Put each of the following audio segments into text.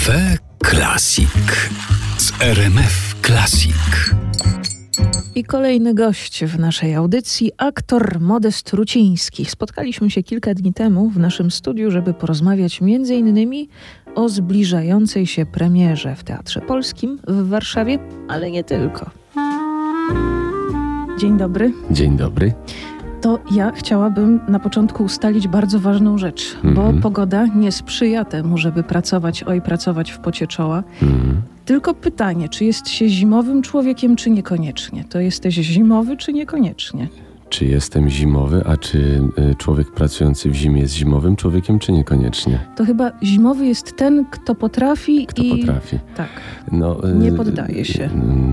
Cafe Classic z RMF Classic. I kolejny gość w naszej audycji, aktor Modest Ruciński. Spotkaliśmy się kilka dni temu w naszym studiu, żeby porozmawiać m.in. o zbliżającej się premierze w Teatrze Polskim w Warszawie, ale nie tylko. Dzień dobry. Dzień dobry. To ja chciałabym na początku ustalić bardzo ważną rzecz, bo pogoda nie sprzyja temu, żeby pracować w pocie czoła. Tylko pytanie, czy jest się zimowym człowiekiem, czy niekoniecznie? To jesteś zimowy, czy niekoniecznie? Czy jestem zimowy, a czy człowiek pracujący w zimie jest zimowym człowiekiem, czy niekoniecznie? To chyba zimowy jest ten, kto potrafi potrafi. Tak, nie poddaje się.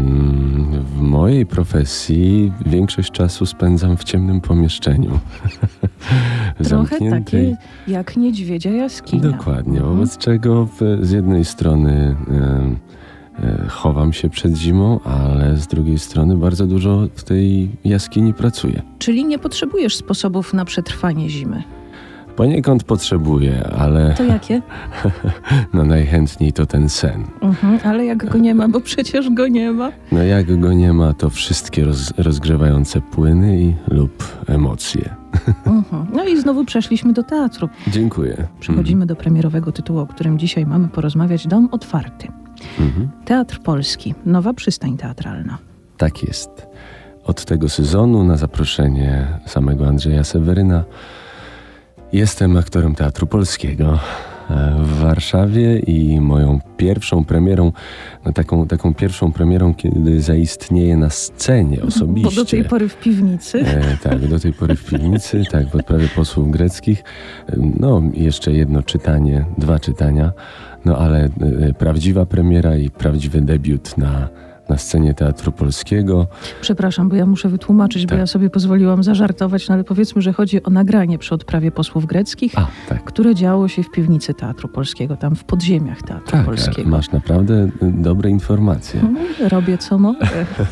W mojej profesji większość czasu spędzam w ciemnym pomieszczeniu. Trochę takie jak niedźwiedzia jaskinia. Dokładnie, wobec czego z jednej strony chowam się przed zimą, ale z drugiej strony bardzo dużo w tej jaskini pracuję. Czyli nie potrzebujesz sposobów na przetrwanie zimy? Poniekąd potrzebuję, ale... To jakie? Najchętniej to ten sen. Ale jak go nie ma, bo przecież go nie ma. Jak go nie ma, to wszystkie rozgrzewające płyny lub emocje. I znowu przeszliśmy do teatru. Dziękuję. Przechodzimy do premierowego tytułu, o którym dzisiaj mamy porozmawiać. Dom otwarty. Teatr Polski. Nowa przystań teatralna. Tak jest. Od tego sezonu na zaproszenie samego Andrzeja Seweryna jestem aktorem Teatru Polskiego w Warszawie i moją pierwszą premierą, taką pierwszą premierą, kiedy zaistnieje na scenie osobiście. Bo do tej pory w piwnicy. Do tej pory w piwnicy, w odprawie posłów greckich. Jeszcze jedno czytanie, 2 czytania, ale prawdziwa premiera i prawdziwy debiut na scenie Teatru Polskiego. Przepraszam, bo ja muszę wytłumaczyć, bo ja sobie pozwoliłam zażartować, ale powiedzmy, że chodzi o nagranie przy odprawie posłów greckich, które działo się w piwnicy Teatru Polskiego, tam w podziemiach Teatru Polskiego. Masz naprawdę dobre informacje. Robię co mogę.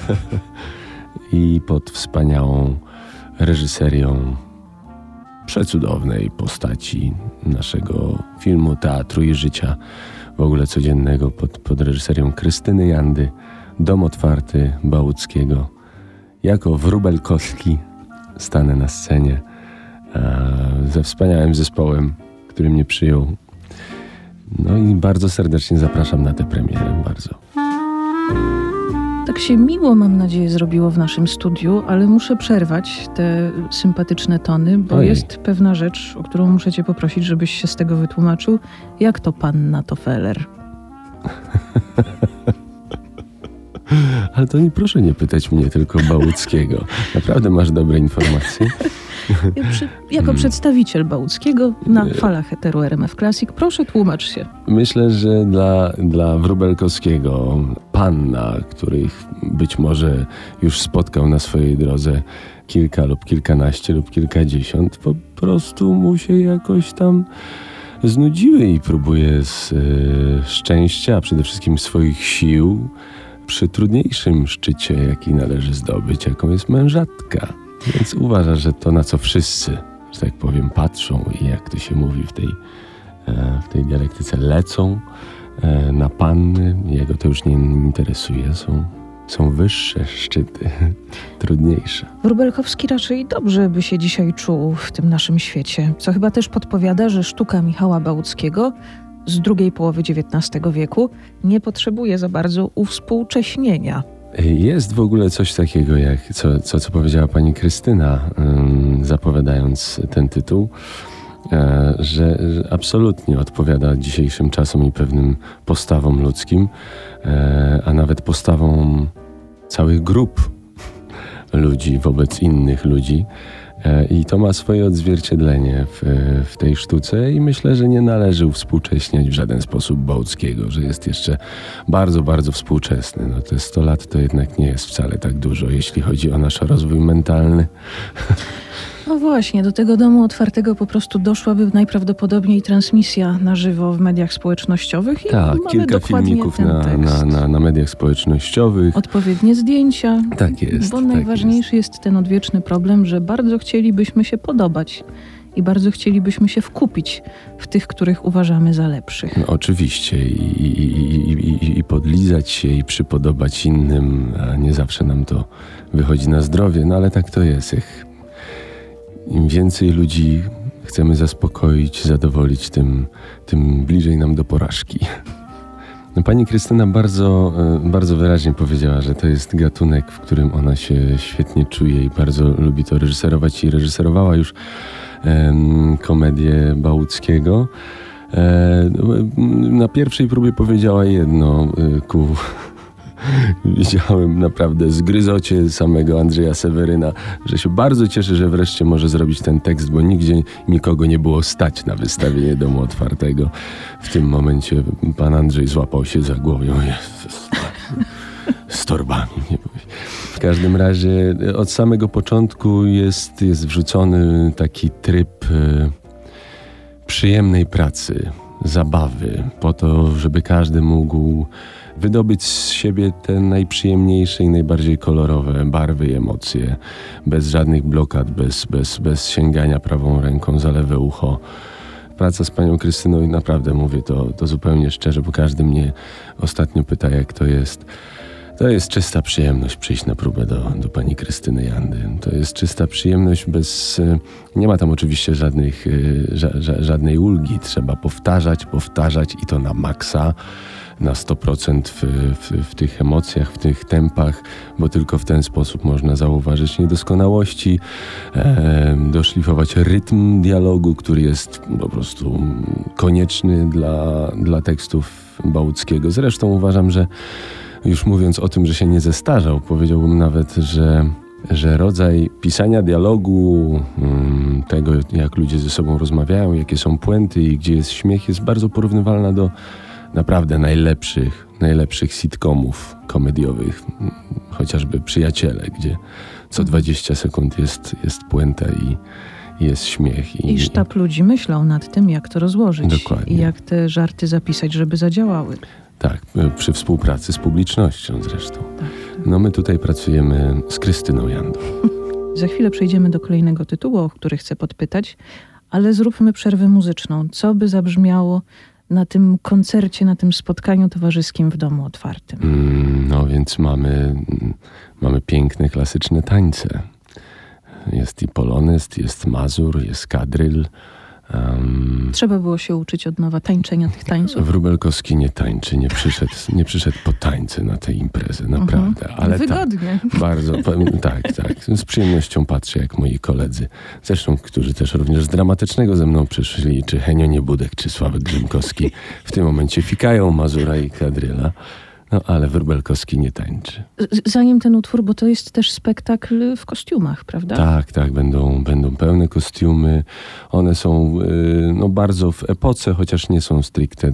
I pod wspaniałą reżyserią przecudownej postaci naszego filmu, teatru i życia w ogóle codziennego, pod reżyserią Krystyny Jandy, Dom otwarty Bałuckiego. Jako Wróbelkowski stanę na scenie ze wspaniałym zespołem, który mnie przyjął. I bardzo serdecznie zapraszam na tę premierę. Bardzo. Tak się miło, mam nadzieję, zrobiło w naszym studiu, ale muszę przerwać te sympatyczne tony, bo jest pewna rzecz, o którą muszę cię poprosić, żebyś się z tego wytłumaczył. Jak to panna Tofeler? Ale to proszę nie pytać mnie tylko Bałuckiego. Naprawdę masz dobre informacje. Jako przedstawiciel Bałuckiego na falach Eteru RMF Classic, proszę tłumacz się. Myślę, że dla Wróbelkowskiego panna, których być może już spotkał na swojej drodze kilka lub kilkanaście lub kilkadziesiąt, po prostu mu się jakoś tam znudziły i próbuje z szczęścia, a przede wszystkim swoich sił przy trudniejszym szczycie, jaki należy zdobyć, jaką jest mężatka. Więc uważa, że to, na co wszyscy, że tak powiem, patrzą i jak to się mówi w tej dialektyce, lecą na panny, jego to już nie interesuje. Są wyższe szczyty, trudniejsze. Wróbelkowski raczej dobrze by się dzisiaj czuł w tym naszym świecie, co chyba też podpowiada, że sztuka Michała Bałuckiego z drugiej połowy XIX wieku nie potrzebuje za bardzo uwspółcześnienia. Jest w ogóle coś takiego, jak co powiedziała pani Krystyna, zapowiadając ten tytuł, że absolutnie odpowiada dzisiejszym czasom i pewnym postawom ludzkim, a nawet postawom całych grup ludzi wobec innych ludzi. I to ma swoje odzwierciedlenie w tej sztuce i myślę, że nie należy uwspółcześniać w żaden sposób Bałuckiego, że jest jeszcze bardzo, bardzo współczesny. Te 100 lat to jednak nie jest wcale tak dużo, jeśli chodzi o nasz rozwój mentalny. No właśnie, do tego domu otwartego po prostu doszłaby najprawdopodobniej transmisja na żywo w mediach społecznościowych. I mamy kilka filmików na mediach społecznościowych. Odpowiednie zdjęcia. Tak jest. Bo najważniejszy jest ten odwieczny problem, że bardzo chcielibyśmy się podobać i bardzo chcielibyśmy się wkupić w tych, których uważamy za lepszych. No, oczywiście i podlizać się i przypodobać innym, a nie zawsze nam to wychodzi na zdrowie, no ale tak to jest. Im więcej ludzi chcemy zaspokoić, zadowolić, tym bliżej nam do porażki. No, pani Krystyna bardzo wyraźnie powiedziała, że to jest gatunek, w którym ona się świetnie czuje i bardzo lubi to reżyserować i reżyserowała już komedię Bałuckiego. Na pierwszej próbie powiedziała jedno widziałem naprawdę zgryzocie samego Andrzeja Seweryna, że się bardzo cieszy, że wreszcie może zrobić ten tekst, bo nigdzie nikogo nie było stać na wystawienie Domu Otwartego. W tym momencie pan Andrzej złapał się za głowę. Z torbami. W każdym razie od samego początku jest wrzucony taki tryb przyjemnej pracy, zabawy, po to, żeby każdy mógł wydobyć z siebie te najprzyjemniejsze i najbardziej kolorowe barwy i emocje, bez żadnych blokad, bez sięgania prawą ręką za lewe ucho. Praca z panią Krystyną i naprawdę mówię to zupełnie szczerze, bo każdy mnie ostatnio pyta, jak to jest. To jest czysta przyjemność przyjść na próbę do pani Krystyny Jandy. To jest czysta przyjemność nie ma tam oczywiście żadnej ulgi. Trzeba powtarzać i to na maksa, na 100% w tych emocjach, w tych tempach, bo tylko w ten sposób można zauważyć niedoskonałości, doszlifować rytm dialogu, który jest po prostu konieczny dla tekstów Bałuckiego. Zresztą uważam, że już mówiąc o tym, że się nie zestarzał, powiedziałbym nawet, że rodzaj pisania dialogu, tego jak ludzie ze sobą rozmawiają, jakie są puenty i gdzie jest śmiech, jest bardzo porównywalna do naprawdę najlepszych sitcomów komediowych, chociażby Przyjaciele, gdzie co 20 sekund jest puenta i jest śmiech. I sztab ludzi myślał nad tym, jak to rozłożyć. Dokładnie. I jak te żarty zapisać, żeby zadziałały. Tak, przy współpracy z publicznością zresztą. Tak. No my tutaj pracujemy z Krystyną Jandą. Za chwilę przejdziemy do kolejnego tytułu, o który chcę podpytać, ale zróbmy przerwę muzyczną. Co by zabrzmiało na tym koncercie, na tym spotkaniu towarzyskim w Domu Otwartym? No więc mamy piękne, klasyczne tańce. Jest i polonez, jest mazur, jest kadryl. Trzeba było się uczyć od nowa tańczenia tych tańców. Wróbelkowski nie tańczy, nie przyszedł po tańce na tę imprezę, naprawdę. Ale wygodnie. Tak. Z przyjemnością patrzę, jak moi koledzy, zresztą, którzy też również z dramatycznego ze mną przyszli, czy Henio Niebudek, czy Sławek Grzymkowski, w tym momencie fikają mazura i kadryla. No, ale Wróbelkowski nie tańczy. Zanim ten utwór, bo to jest też spektakl w kostiumach, prawda? Tak, będą pełne kostiumy. One są bardzo w epoce, chociaż nie są stricte,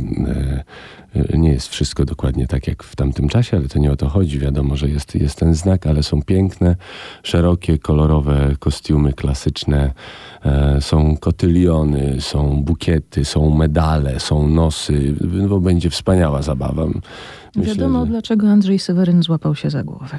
nie jest wszystko dokładnie tak jak w tamtym czasie, ale to nie o to chodzi. Wiadomo, że jest ten znak, ale są piękne, szerokie, kolorowe kostiumy klasyczne. Są kotyliony, są bukiety, są medale, są nosy, bo będzie wspaniała zabawa. Myślę, wiadomo, dlaczego Andrzej Seweryn złapał się za głowę.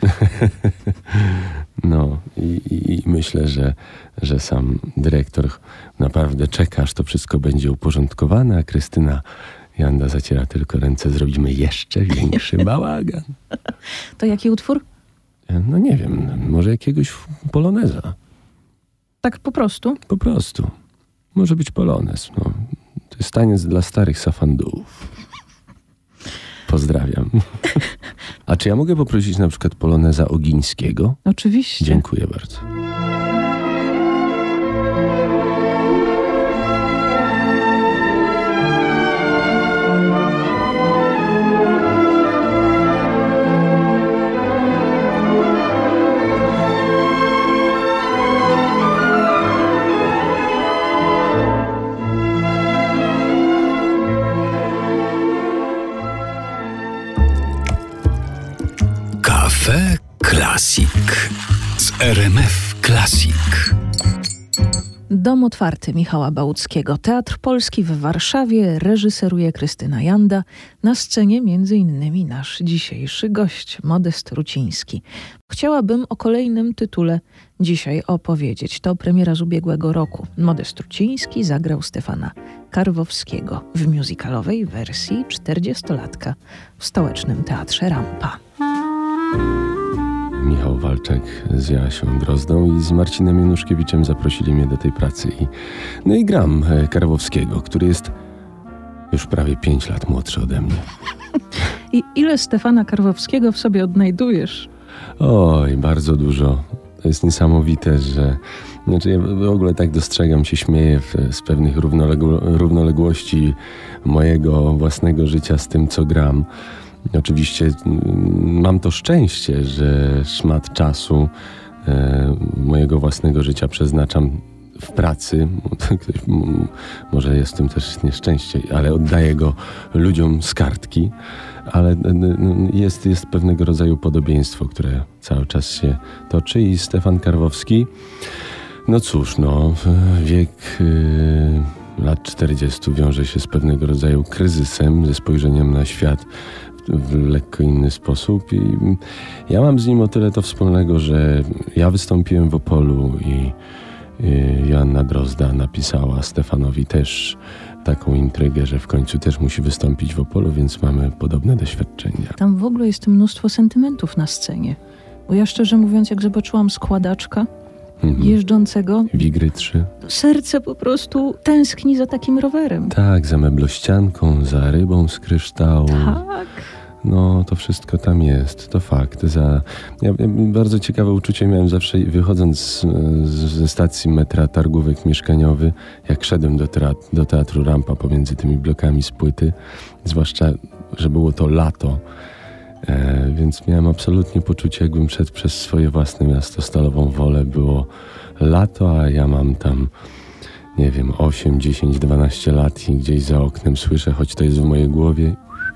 No i myślę, że sam dyrektor naprawdę czeka, aż to wszystko będzie uporządkowane, a Krystyna Janda zaciera tylko ręce, zrobimy jeszcze większy bałagan. To jaki utwór? No nie wiem, może jakiegoś poloneza. Tak po prostu? Po prostu. Może być polonez. No. To jest taniec dla starych safandułów. Pozdrawiam. A czy ja mogę poprosić na przykład poloneza Ogińskiego? Oczywiście. Dziękuję bardzo. Cafe Classic z RMF Classic. Dom otwarty Michała Bałuckiego. Teatr Polski w Warszawie reżyseruje Krystyna Janda. Na scenie m.in. nasz dzisiejszy gość, Modest Ruciński. Chciałabym o kolejnym tytule dzisiaj opowiedzieć. To premiera z ubiegłego roku. Modest Ruciński zagrał Stefana Karwowskiego w musicalowej wersji 40-latka w Stołecznym Teatrze Rampa. Michał Walczak z Jasią Drozdą i z Marcinem Januszkiewiczem zaprosili mnie do tej pracy. I gram Karwowskiego, który jest już prawie 5 lat młodszy ode mnie. I ile Stefana Karwowskiego w sobie odnajdujesz? Oj, bardzo dużo. To jest niesamowite, że... Znaczy ja w ogóle tak dostrzegam, się śmieję z pewnych równoległości mojego własnego życia z tym, co gram. Oczywiście mam to szczęście, że szmat czasu mojego własnego życia przeznaczam w pracy. Może jest w tym też nieszczęście, ale oddaję go ludziom z kartki. Ale jest pewnego rodzaju podobieństwo, które cały czas się toczy. I Stefan Karwowski, no cóż, wiek lat 40 wiąże się z pewnego rodzaju kryzysem, ze spojrzeniem na świat w lekko inny sposób. I ja mam z nim o tyle to wspólnego, że ja wystąpiłem w Opolu i Joanna Drozda napisała Stefanowi też taką intrygę, że w końcu też musi wystąpić w Opolu, więc mamy podobne doświadczenia. Tam w ogóle jest mnóstwo sentymentów na scenie. Bo ja szczerze mówiąc, jak zobaczyłam składaczka jeżdżącego... Wigry 3. Serce po prostu tęskni za takim rowerem. Tak, za meblościanką, za rybą z kryształu. Tak. No, to wszystko tam jest, to fakt. Ja bardzo ciekawe uczucie miałem zawsze, wychodząc ze stacji metra Targówek Mieszkaniowy, jak szedłem do Teatru Rampa pomiędzy tymi blokami z płyty, zwłaszcza, że było to lato, więc miałem absolutnie poczucie, jakbym szedł przez swoje własne miasto, Stalową Wolę. Było lato, a ja mam tam, nie wiem, 8, 10, 12 lat i gdzieś za oknem słyszę, choć to jest w mojej głowie,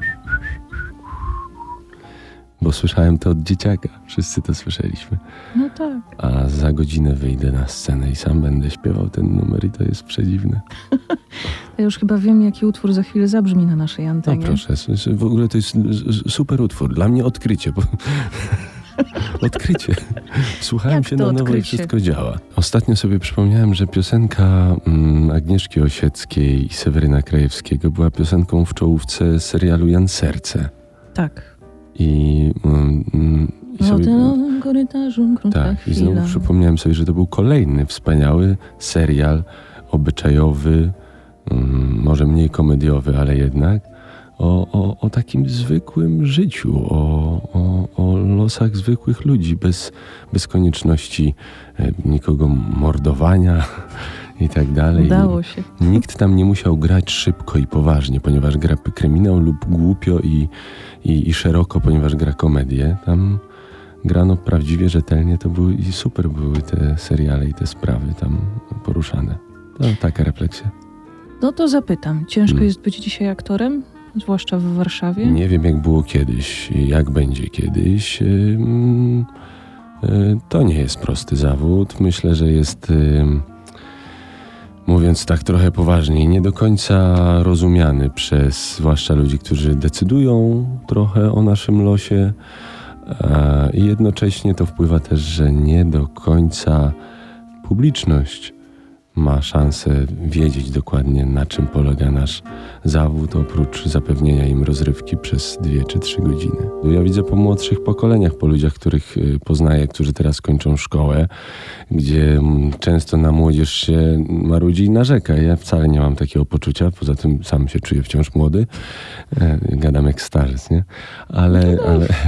bo słyszałem to od dzieciaka. Wszyscy to słyszeliśmy. No tak. A za godzinę wyjdę na scenę i sam będę śpiewał ten numer i to jest przedziwne. Ja już chyba wiem, jaki utwór za chwilę zabrzmi na naszej antenie. No proszę, w ogóle to jest super utwór. Dla mnie odkrycie. Odkrycie. Słuchałem się na nowo i wszystko działa. Ostatnio sobie przypomniałem, że piosenka Agnieszki Osieckiej i Seweryna Krajewskiego była piosenką w czołówce serialu Jan Serce. Tak. I sobie, nowym korytarzu tak, chwila. I znowu przypomniałem sobie, że to był kolejny wspaniały serial obyczajowy, może mniej komediowy, ale jednak o takim zwykłym życiu, o losach zwykłych ludzi, bez konieczności nikogo mordowania i tak dalej. Udało się. Nikt tam nie musiał grać szybko i poważnie, ponieważ gra kryminał, lub głupio i szeroko, ponieważ gra komedię. Tam grano prawdziwie, rzetelnie. I super były te seriale i te sprawy tam poruszane. To taka refleksja. No to zapytam. Ciężko jest być dzisiaj aktorem? Zwłaszcza w Warszawie? Nie wiem, jak było kiedyś, jak będzie kiedyś. To nie jest prosty zawód. Myślę, że jest... Mówiąc tak trochę poważniej, nie do końca rozumiany przez zwłaszcza ludzi, którzy decydują trochę o naszym losie, i jednocześnie to wpływa też, że nie do końca publiczność ma szansę wiedzieć dokładnie, na czym polega nasz zawód, oprócz zapewnienia im rozrywki przez 2 czy 3 godziny. Ja widzę po młodszych pokoleniach, po ludziach, których poznaję, którzy teraz kończą szkołę, gdzie często na młodzież się marudzi i narzeka. Ja wcale nie mam takiego poczucia, poza tym sam się czuję wciąż młody. Gadam jak starzec, nie? Ale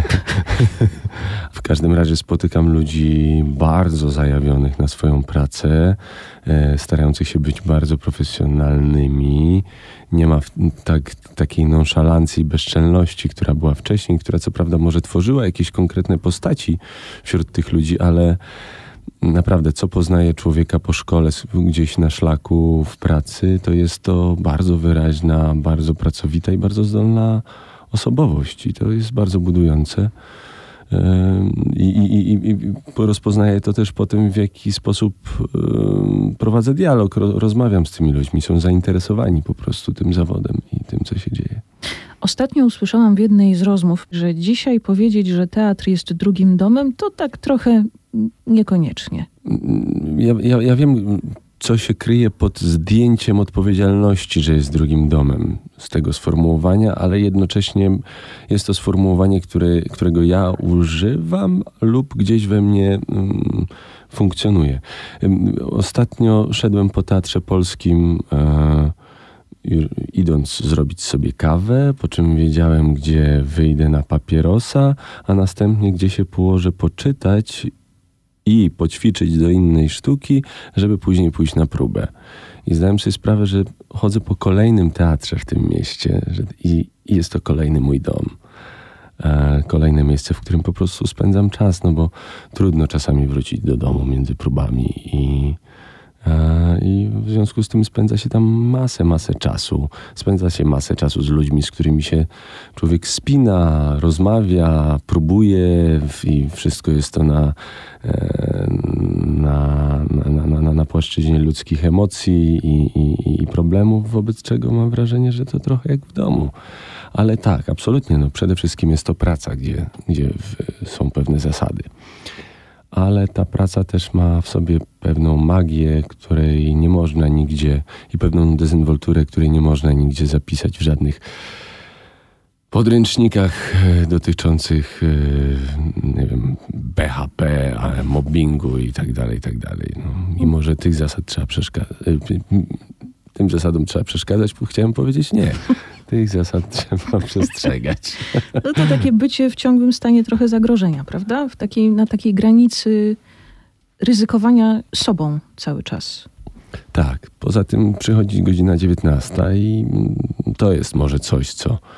w każdym razie spotykam ludzi bardzo zajawionych na swoją pracę, starających się być bardzo profesjonalnymi. Nie ma takiej nonszalancji i bezczelności, która była wcześniej, która co prawda może tworzyła jakieś konkretne postaci wśród tych ludzi, ale naprawdę, co poznaje człowieka po szkole, gdzieś na szlaku, w pracy, to jest to bardzo wyraźna, bardzo pracowita i bardzo zdolna osobowość. I to jest bardzo budujące. I rozpoznaję to też po tym, w jaki sposób prowadzę dialog, rozmawiam z tymi ludźmi, są zainteresowani po prostu tym zawodem i tym, co się dzieje. Ostatnio usłyszałam w jednej z rozmów, że dzisiaj powiedzieć, że teatr jest drugim domem, to tak trochę niekoniecznie. Ja wiem, co się kryje pod zdjęciem odpowiedzialności, że jest drugim domem z tego sformułowania, ale jednocześnie jest to sformułowanie, którego ja używam lub gdzieś we mnie funkcjonuje. Ostatnio szedłem po Teatrze Polskim, idąc zrobić sobie kawę, po czym wiedziałem, gdzie wyjdę na papierosa, a następnie gdzie się położę poczytać i poćwiczyć do innej sztuki, żeby później pójść na próbę. I zdałem sobie sprawę, że chodzę po kolejnym teatrze w tym mieście i jest to kolejny mój dom. Kolejne miejsce, w którym po prostu spędzam czas, no bo trudno czasami wrócić do domu między próbami i w związku z tym spędza się tam masę czasu. Spędza się masę czasu z ludźmi, z którymi się człowiek spina, rozmawia, próbuje i wszystko jest to na płaszczyźnie ludzkich emocji i problemów, wobec czego mam wrażenie, że to trochę jak w domu. Ale tak, absolutnie, no przede wszystkim jest to praca, gdzie są pewne zasady. Ale ta praca też ma w sobie pewną magię, której nie można nigdzie i pewną dezynwolturę, której nie można nigdzie zapisać w żadnych podręcznikach dotyczących, nie wiem, BHP, mobbingu i tak dalej, i tak dalej. No, mimo że tych zasad trzeba tym zasadom trzeba przeszkadzać, chciałem powiedzieć nie. Tych zasad trzeba przestrzegać. No to takie bycie w ciągłym stanie trochę zagrożenia, prawda? Na takiej granicy ryzykowania sobą cały czas. Tak. Poza tym przychodzi godzina 19 i to jest może coś,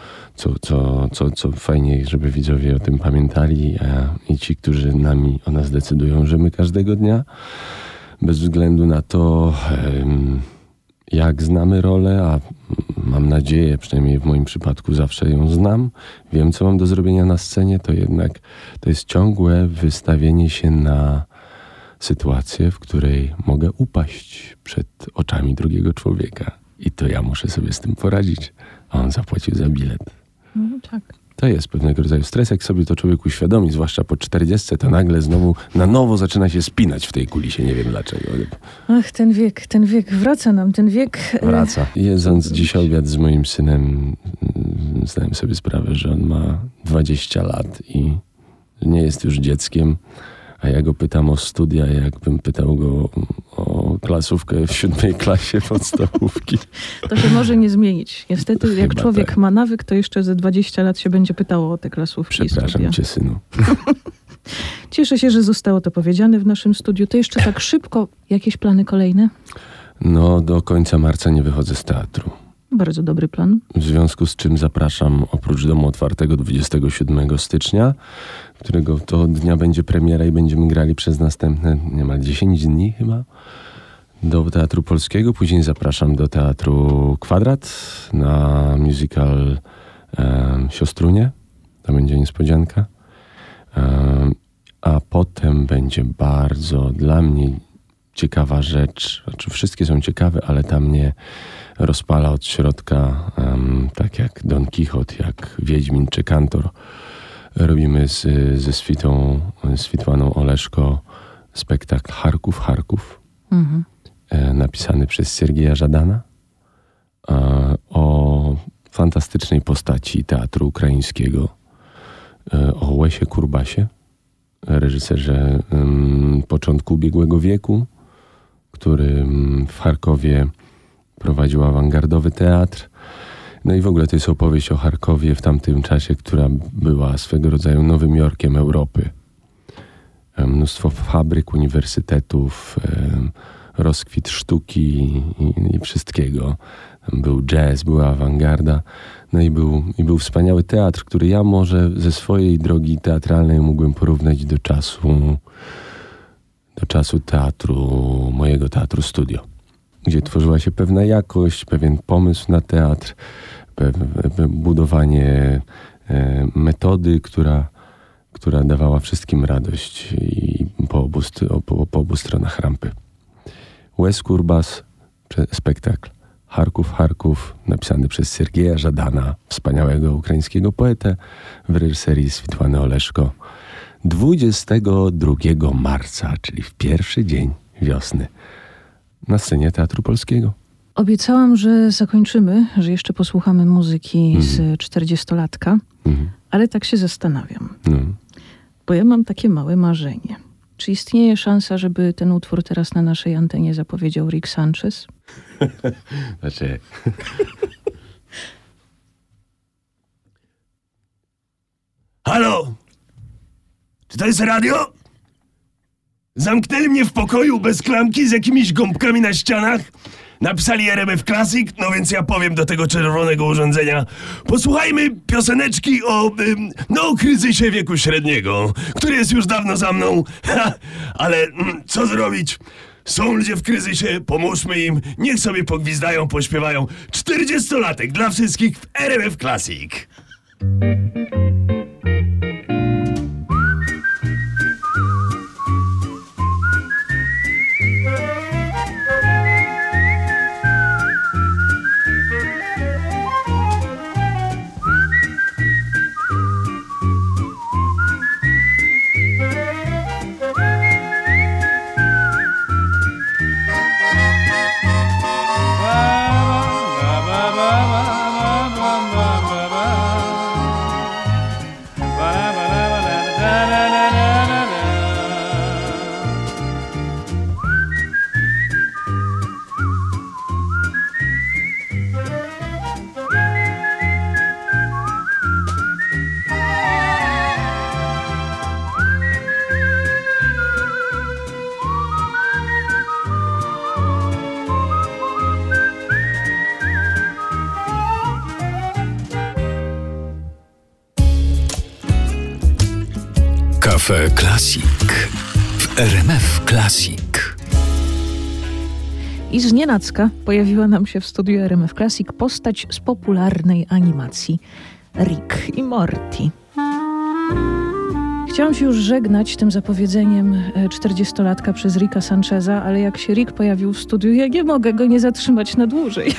co fajnie, żeby widzowie o tym pamiętali i ci, którzy o nas decydują, że my każdego dnia, bez względu na to, jak znamy rolę, a mam nadzieję, przynajmniej w moim przypadku zawsze ją znam, wiem, co mam do zrobienia na scenie, to jednak to jest ciągłe wystawienie się na sytuację, w której mogę upaść przed oczami drugiego człowieka. I to ja muszę sobie z tym poradzić, a on zapłacił za bilet. No, tak. To jest pewnego rodzaju stres, jak sobie to człowiek uświadomi, zwłaszcza po 40, to nagle znowu na nowo zaczyna się spinać w tej kulisie, nie wiem dlaczego. Ach, ten wiek, wraca nam ten wiek. Wraca. Jedząc dziś obiad z moim synem, zdałem sobie sprawę, że on ma 20 lat i nie jest już dzieckiem, a ja go pytam o studia, jakbym pytał go o klasówkę w 7 klasie podstawówki. To się może nie zmienić. Niestety, jak Chyba człowiek tak. ma nawyk, to jeszcze ze 20 lat się będzie pytało o te klasówki. Przepraszam cię, synu. Cieszę się, że zostało to powiedziane w naszym studiu. To jeszcze tak szybko, jakieś plany kolejne? No, do końca marca nie wychodzę z teatru. Bardzo dobry plan. W związku z czym zapraszam oprócz Domu Otwartego 27 stycznia, którego to dnia będzie premiera i będziemy grali przez następne niemal 10 dni chyba, do Teatru Polskiego. Później zapraszam do Teatru Kwadrat na musical Siostrunie. To będzie niespodzianka. A potem będzie bardzo dla mnie ciekawa rzecz. Znaczy wszystkie są ciekawe, ale ta mnie rozpala od środka, tak jak Don Quixote, jak Wiedźmin czy Kantor. Robimy ze Switłaną Oleszko spektakl Charków, napisany przez Siergieja Żadana, o fantastycznej postaci teatru ukraińskiego, o Łesie Kurbasie, reżyserze początku ubiegłego wieku, który w Charkowie prowadził awangardowy teatr. No i w ogóle to jest opowieść o Charkowie w tamtym czasie, która była swego rodzaju Nowym Jorkiem Europy. Mnóstwo fabryk, uniwersytetów, rozkwit sztuki i wszystkiego. Był jazz, była awangarda. No i był wspaniały teatr, który ja może ze swojej drogi teatralnej mógłbym porównać do czasu mojego teatru studio, gdzie tworzyła się pewna jakość, pewien pomysł na teatr, budowanie metody, która która dawała wszystkim radość i po obu stronach rampy. Łez Kurbas, spektakl Charków, napisany przez Siergieja Żadana, wspaniałego ukraińskiego poetę, w reżyserii Switłany Oleszko. 22 marca, czyli w pierwszy dzień wiosny, na scenie Teatru Polskiego. Obiecałam, że zakończymy, że jeszcze posłuchamy muzyki z 40-latka, ale tak się zastanawiam. Bo ja mam takie małe marzenie. Czy istnieje szansa, żeby ten utwór teraz na naszej antenie zapowiedział Rick Sanchez? Znaczy... Halo? Czy to jest radio? Zamknęli mnie w pokoju bez klamki z jakimiś gąbkami na ścianach. Napisali RMF Classic, no więc ja powiem do tego czerwonego urządzenia. Posłuchajmy pioseneczki o kryzysie wieku średniego, który jest już dawno za mną. Ale co zrobić? Są ludzie w kryzysie, pomóżmy im, niech sobie pogwizdają, pośpiewają. 40-latek dla wszystkich w RMF Classic. Cafe Classic w RMF Classic. I znienacka pojawiła nam się w studiu RMF Classic postać z popularnej animacji Rick i Morty. Chciałam się już żegnać tym zapowiedzeniem 40-latka przez Ricka Sancheza, ale jak się Rick pojawił w studiu, ja nie mogę go nie zatrzymać na dłużej.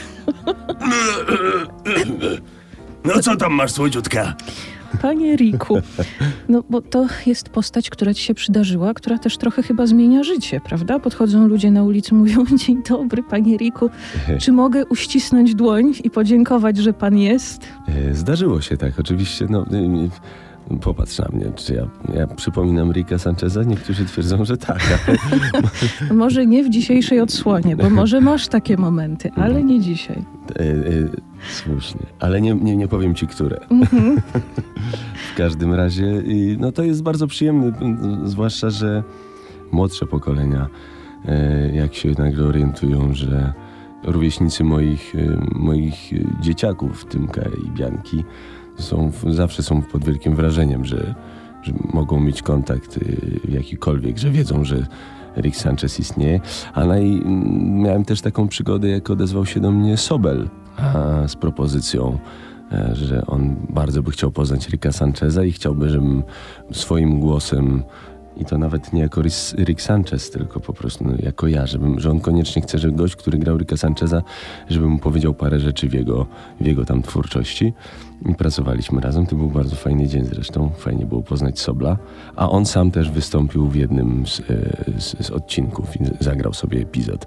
No co tam masz, słodziutka? Panie Ricku, no bo to jest postać, która ci się przydarzyła, która też trochę chyba zmienia życie, prawda? Podchodzą ludzie na ulicy, mówią: dzień dobry, panie Ricku, czy mogę uścisnąć dłoń i podziękować, że pan jest? Zdarzyło się tak, oczywiście, popatrz na mnie, czy ja przypominam Ricka Sancheza? Niektórzy twierdzą, że tak. Ale... Może nie w dzisiejszej odsłonie, bo może masz takie momenty, ale nie dzisiaj. Słusznie, ale nie powiem ci, które. W każdym razie, to jest bardzo przyjemne, zwłaszcza, że młodsze pokolenia, jak się nagle orientują, że rówieśnicy moich dzieciaków, Tymka i Bianki, zawsze są pod wielkim wrażeniem, że mogą mieć kontakt jakikolwiek, że wiedzą, że Rick Sanchez istnieje. Miałem też taką przygodę, jak odezwał się do mnie Sobel z propozycją, że on bardzo by chciał poznać Ricka Sancheza i chciałby, żebym swoim głosem, i to nawet nie jako Rick Sanchez, tylko po prostu jako ja, że on koniecznie chce, że gość, który grał Ricka Sancheza, żeby mu powiedział parę rzeczy w jego tam twórczości. I pracowaliśmy razem. To był bardzo fajny dzień zresztą. Fajnie było poznać Sobla. A on sam też wystąpił w jednym z odcinków i zagrał sobie epizod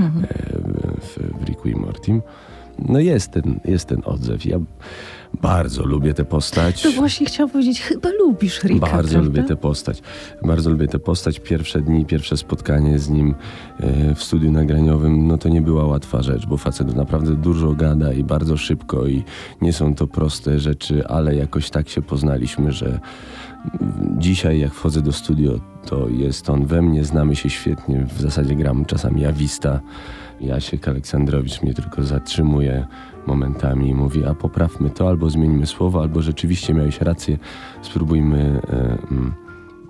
w Ricku i Mortim. No jest ten odzew. Ja bardzo lubię tę postać. To właśnie chciałam powiedzieć, chyba lubisz Ricka, Bardzo prawda? lubię tę postać. Bardzo lubię tę postać. Pierwsze spotkanie z nim w studiu nagraniowym, to nie była łatwa rzecz, bo facet naprawdę dużo gada i bardzo szybko i nie są to proste rzeczy, ale jakoś tak się poznaliśmy, że dzisiaj jak wchodzę do studio, to jest on we mnie, znamy się świetnie, w zasadzie gram czasami awista. Jasiek Aleksandrowicz mnie tylko zatrzymuje momentami i mówi: a poprawmy to, albo zmieńmy słowo, albo rzeczywiście miałeś rację, spróbujmy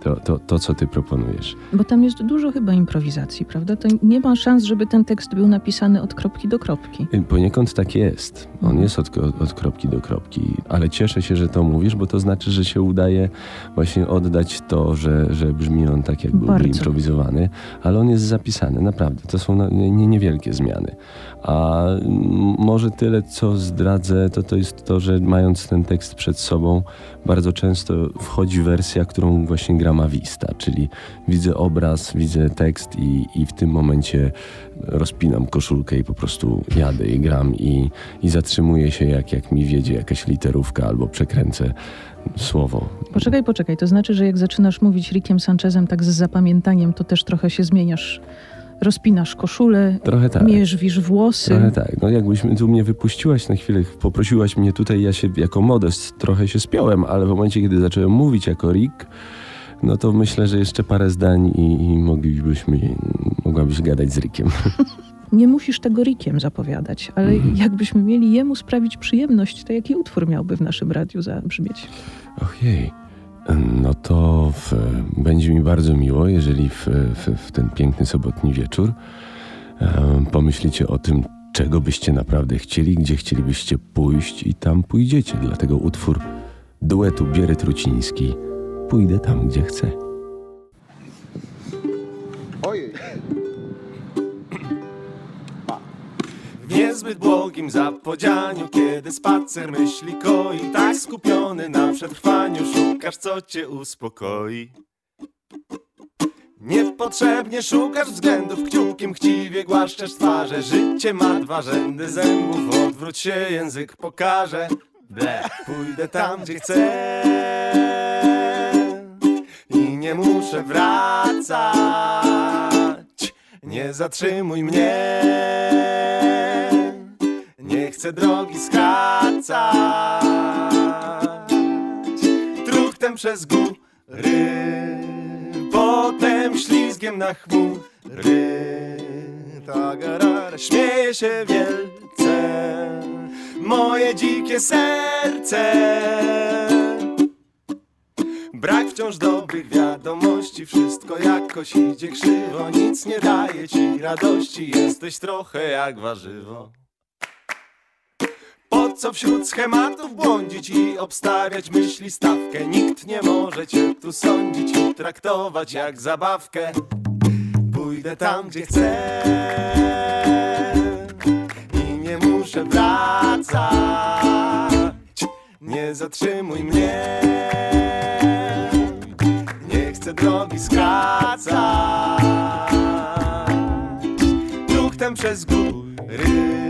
to, co ty proponujesz. Bo tam jest dużo chyba improwizacji, prawda? To nie ma szans, żeby ten tekst był napisany od kropki do kropki. Poniekąd tak jest. On jest od kropki do kropki, ale cieszę się, że to mówisz, bo to znaczy, że się udaje właśnie oddać to, że brzmi on tak, jak byłby improwizowany, ale on jest zapisany, naprawdę. To są niewielkie zmiany. A może tyle, co zdradzę, to jest to, że mając ten tekst przed sobą, bardzo często wchodzi wersja, którą właśnie gra Mawista, czyli widzę obraz, widzę tekst i w tym momencie rozpinam koszulkę i po prostu jadę i gram i zatrzymuję się, jak mi wiedzie jakaś literówka albo przekręcę słowo. Poczekaj, to znaczy, że jak zaczynasz mówić Rickiem Sanchezem tak z zapamiętaniem, to też trochę się zmieniasz. Rozpinasz koszulę, trochę tak. Mierzwisz włosy. Trochę tak. No jakbyś tu mnie wypuściłaś na chwilę, poprosiłaś mnie tutaj, ja się jako Modest trochę się spiąłem, ale w momencie, kiedy zacząłem mówić jako Rick, no to myślę, że jeszcze parę zdań i mogłabyś gadać z Rickiem. Nie musisz tego Rickiem zapowiadać, ale jakbyśmy mieli jemu sprawić przyjemność, to jaki utwór miałby w naszym radiu zabrzmieć? Ojej. No to będzie mi bardzo miło, jeżeli w ten piękny sobotni wieczór pomyślicie o tym, czego byście naprawdę chcieli, gdzie chcielibyście pójść i tam pójdziecie. Dlatego utwór duetu Biery Truciński Pójdę tam, gdzie chcę. Ojej. W niezbyt błogim zapodzianiu, kiedy spacer myśli koi, tak skupiony na przetrwaniu, szukasz, co cię uspokoi. Niepotrzebnie szukasz względów, kciukiem chciwie głaszczesz twarze. Życie ma dwa rzędy zębów, odwróć się, język pokaże. Ble. Pójdę tam, gdzie chcę i nie muszę wracać. Nie zatrzymuj mnie, nie chcę drogi skracać. Truchtem przez góry, potem ślizgiem na chmury. Śmieje się wielce moje dzikie serce. Brak wciąż dobrych wiadomości, wszystko jakoś idzie krzywo, nic nie daje ci radości, jesteś trochę jak warzywo. Po co wśród schematów błądzić i obstawiać myśli stawkę? Nikt nie może cię tu sądzić i traktować jak zabawkę. Pójdę tam, gdzie chcę i nie muszę wracać. Nie zatrzymuj mnie, nie chcę drogi skracać. Truchtem przez góry,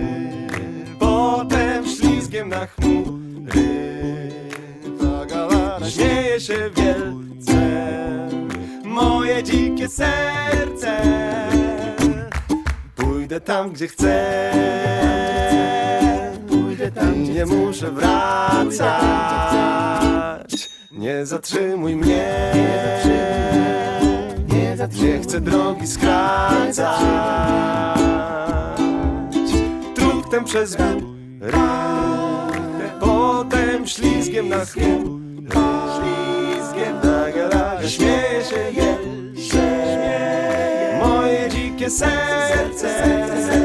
potem ślizgiem na chmury. Śmieje się wielce moje dzikie serce. Pójdę tam, gdzie chcę, i nie muszę wracać. Nie zatrzymuj mnie, nie chcę drogi skracać. Truchtem przez góry, potem ślizgiem na chmury. Śmieje się moje dzikie serce.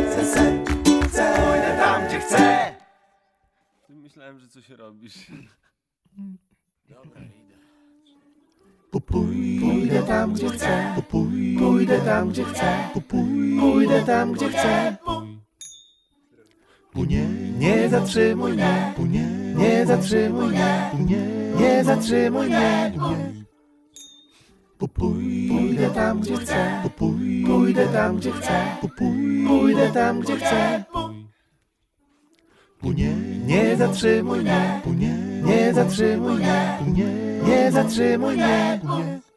Pójdę tam, gdzie chcę. Myślałem, że coś robisz. Dobra, idę. Pójdę tam, gdzie chcę. Pójdę tam, gdzie chcę. Pójdę tam, gdzie chcę. Nie zatrzymuj mnie. Nie zatrzymuj mnie. Nie zatrzymuj mnie. Pójdę tam, gdzie chcę. Pójdę tam, gdzie chcę. Pójdę tam, gdzie chcę. Nie zatrzymuj mnie. Nie zatrzymuj mnie. Nie zatrzymuj mnie.